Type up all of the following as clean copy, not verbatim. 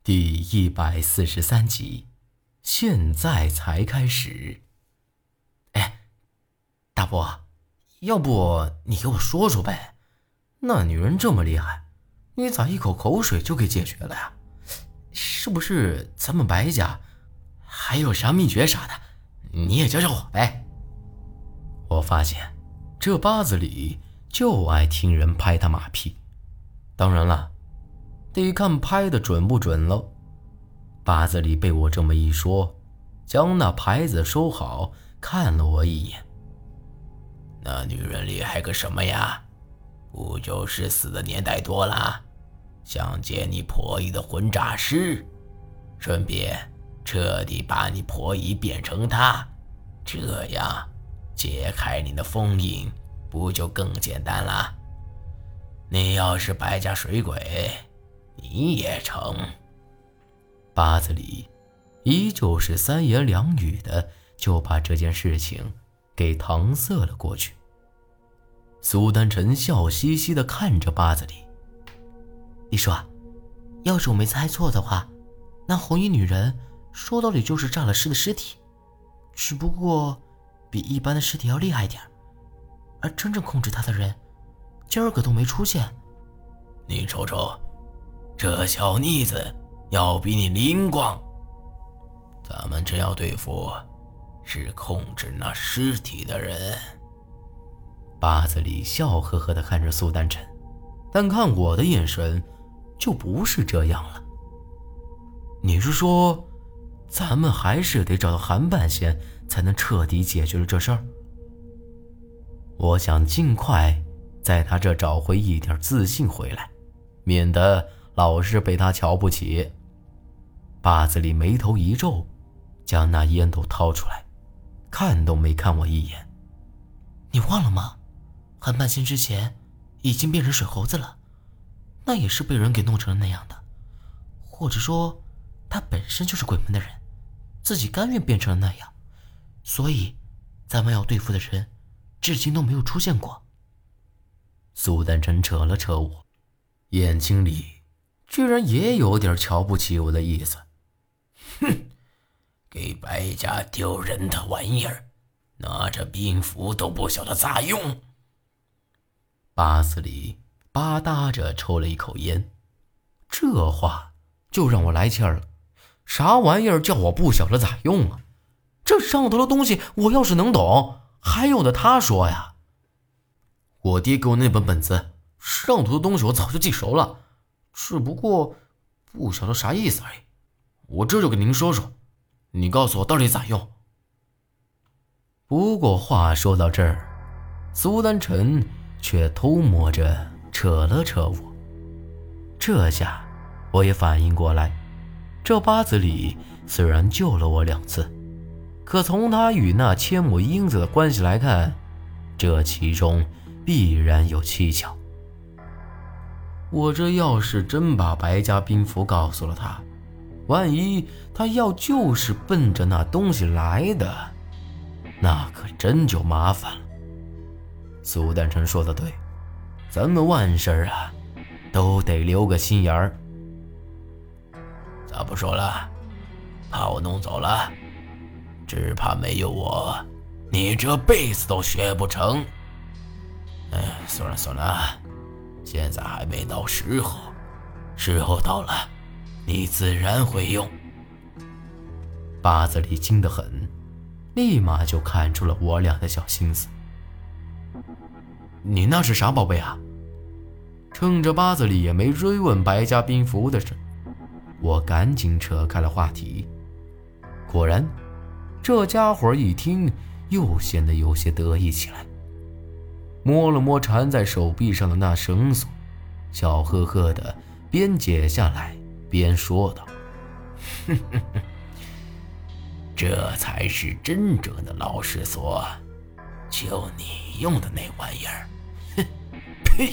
第143集，现在才开始。哎，大伯，要不你给我说说呗？那女人这么厉害，你咋一口口水就给解决了呀？是不是咱们白家还有啥秘诀啥的？你也教教我呗。我发现这八子里就爱听人拍他马屁，当然了，得看拍的准不准喽。八子里被我这么一说，将那牌子收好，看了我一眼。 那女人厉害个什么呀？不就是死的年代多了，想借你婆姨的魂诈尸，顺便彻底把你婆姨变成她，这样解开你的封印不就更简单了？你要是白家水鬼，你也成。 八子里依旧是三言两语的就把这件事情给搪塞了过去。苏丹臣笑嘻嘻地看着八子里， 你说，要是我没猜错的话，那红衣女人说到底就是诈了尸的尸体，只不过比一般的尸体要厉害一点，而真正控制她的人今儿个都没出现。 你瞅瞅，这小妮子要比你灵光，咱们真要对付是控制那尸体的人。 八子里笑呵呵地看着苏丹臣，但看我的眼神就不是这样了。你是说咱们还是得找到韩半仙才能彻底解决了这事儿？我想尽快在他这找回一点自信回来，免得老是被他瞧不起。八子里眉头一皱，将那烟斗掏出来，看都没看我一眼。 你忘了吗？韩半仙之前已经变成水猴子了，那也是被人给弄成了那样的。或者说他本身就是鬼门的人，自己甘愿变成了那样，所以咱们要对付的人至今都没有出现过。 苏丹臣扯了扯我，眼睛里居然也有点瞧不起我的意思。 哼，给白家丢人的玩意儿，拿着兵符都不晓得咋用。 八子里吧嗒着抽了一口烟，这话就让我来气儿了。啥玩意儿叫我不晓得咋用啊？这上头的东西我要是能懂，还用得他说呀？我爹给我那本本子，上头的东西我早就记熟了，只不过不晓得啥意思而已。我这就给您说说，你告诉我到底咋用。不过话说到这儿，苏丹臣却偷摸着扯了扯我。这下我也反应过来，这八子里虽然救了我2次，可从他与那千亩英子的关系来看，这其中必然有蹊跷。我这要是真把白家兵符告诉了他，万一他要就是奔着那东西来的，那可真就麻烦了。苏丹臣说的对，咱们万事啊都得留个心眼儿。 咋不说了？怕我弄走了？只怕没有我，你这辈子都学不成。算了算了，现在还没到时候，时候到了，你自然会用。 八子里精得很，立马就看出了我俩的小心思。你那是啥宝贝啊？趁着八子里也没追问白家兵符的事，我赶紧扯开了话题。果然，这家伙一听又显得有些得意起来，摸了摸缠在手臂上的那绳索，笑呵呵的边解下来边说道： 这才是真正的老师锁，就你用的那玩意儿。哼，呸！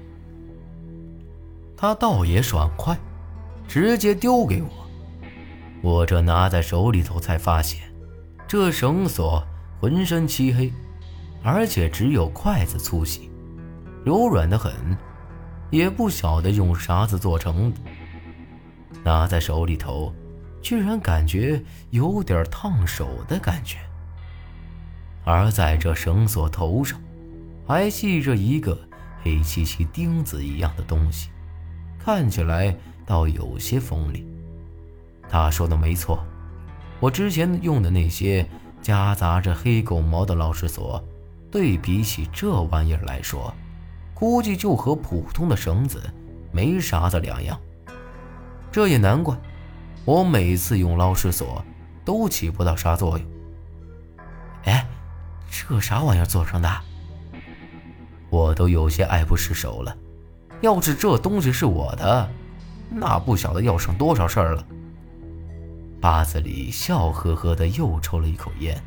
他倒也爽快，直接丢给我。我这拿在手里头才发现，这绳索浑身漆黑，而且只有筷子粗细，柔软得很，也不晓得用啥子做成的。 拿在手里头，居然感觉有点烫手的感觉。而在这绳索头上，还系着一个黑漆漆钉子一样的东西，看起来倒有些锋利。他说的没错，我之前用的那些夹杂着黑狗毛的捞尸索，对比起这玩意儿来说，估计就和普通的绳子没啥的两样。这也难怪，我每次用捞尸索都起不到啥作用。哎，这啥玩意儿做成的？我都有些爱不释手了。要是这东西是我的，那不晓得要省多少事儿了。八子里笑呵呵的又抽了一口烟。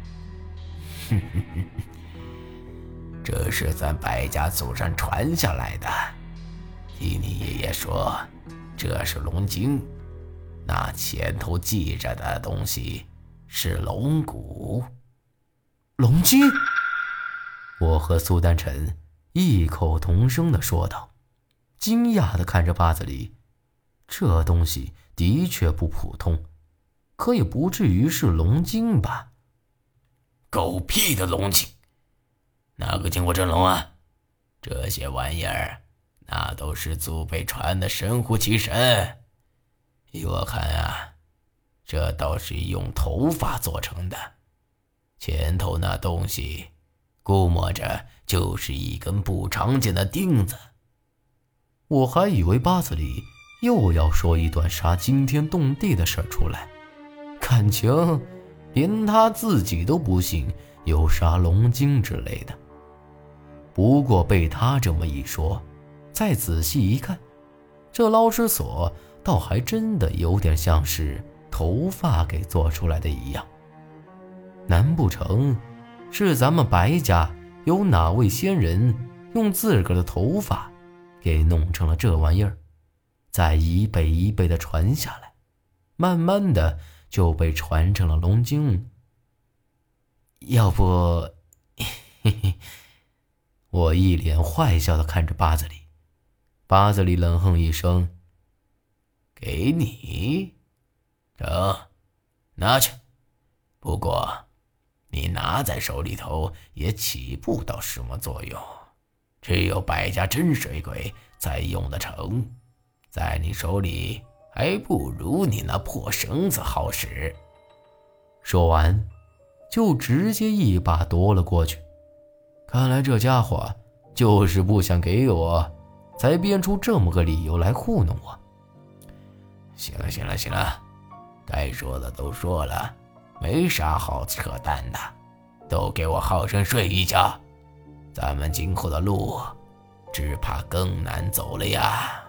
这是咱白家祖上传下来的。听你爷爷说，这是龙筋，那前头系着的东西是龙骨。 龙筋？我和苏丹臣异口同声地说道，惊讶地看着八子里。这东西的确不普通，可也不至于是龙筋吧？ 狗屁的龙筋！哪个见过真龙啊？这些玩意儿那都是祖辈传的神乎其神。依我看啊，这倒是用头发做成的。前头那东西估摸着就是一根不常见的钉子。 我还以为八子里又要说一段啥惊天动地的事出来，感情连他自己都不信有啥龙筋之类的。不过被他这么一说，再仔细一看，这捞尸索倒还真的有点像是头发给做出来的一样。难不成是咱们白家有哪位先人用自个儿的头发给弄成了这玩意儿，再一辈一辈的传下来，慢慢的就被传成了龙筋？要不嘿嘿，我一脸坏笑的看着八子里。八子里冷哼一声， 给你？成，拿去。不过你拿在手里头也起不到什么作用，只有败家真水鬼才用得成，在你手里还不如你那破绳子好使。 说完就直接一把夺了过去。看来这家伙就是不想给我，才编出这么个理由来糊弄我。 行了，该说的都说了，没啥好扯淡的，都给我好生睡一觉，咱们今后的路只怕更难走了呀。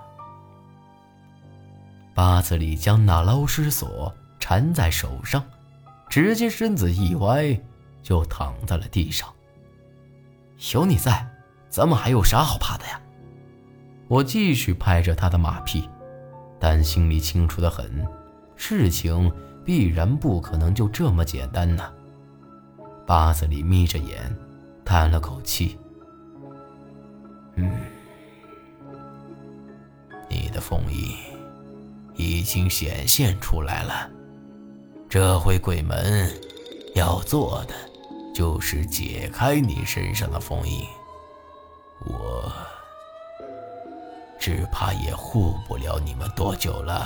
八子里将那捞尸索缠在手上，直接身子一歪就躺在了地上。有你在，咱们还有啥好怕的呀？我继续拍着他的马屁，但心里清楚得很，事情必然不可能就这么简单呐。八子里眯着眼叹了口气， 你的封印已经显现出来了，这回鬼门要做的就是解开你身上的封印，我只怕也护不了你们多久了。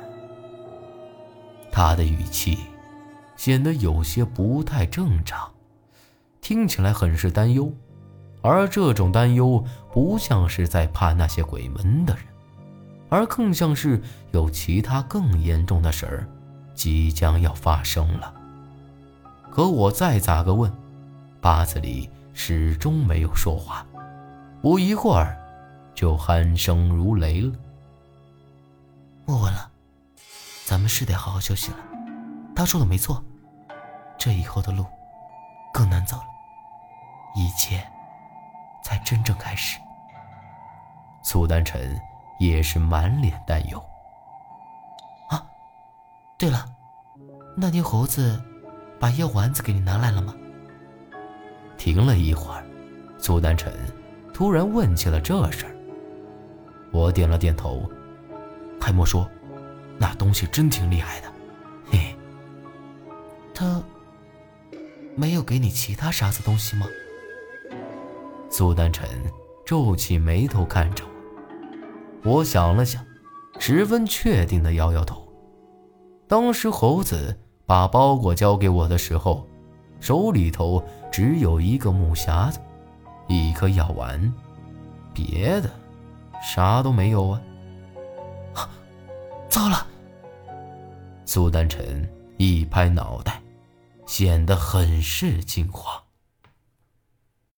他的语气显得有些不太正常，听起来很是担忧，而这种担忧不像是在怕那些鬼门的人，而更像是有其他更严重的事儿即将要发生了。可我再咋个问，八子里始终没有说话，不一会儿就鼾声如雷了。 莫问了，咱们是得好好休息了。他说的没错，这以后的路更难走了，一切才真正开始。 苏丹臣也是满脸担忧。 啊，对了，那天猴子把药丸子给你拿来了吗？ 停了一会儿，苏丹臣突然问起了这事儿。我点了点头，还莫说， 那东西真挺厉害的，嘿嘿。 他没有给你其他啥子东西吗？ 苏丹晨皱起眉头看着我，我想了想，十分确定地摇摇头。当时猴子把包裹交给我的时候，手里头只有一个木匣子，一颗药丸，别的啥都没有啊。 糟了！ 苏丹晨一拍脑袋，显得很是惊慌。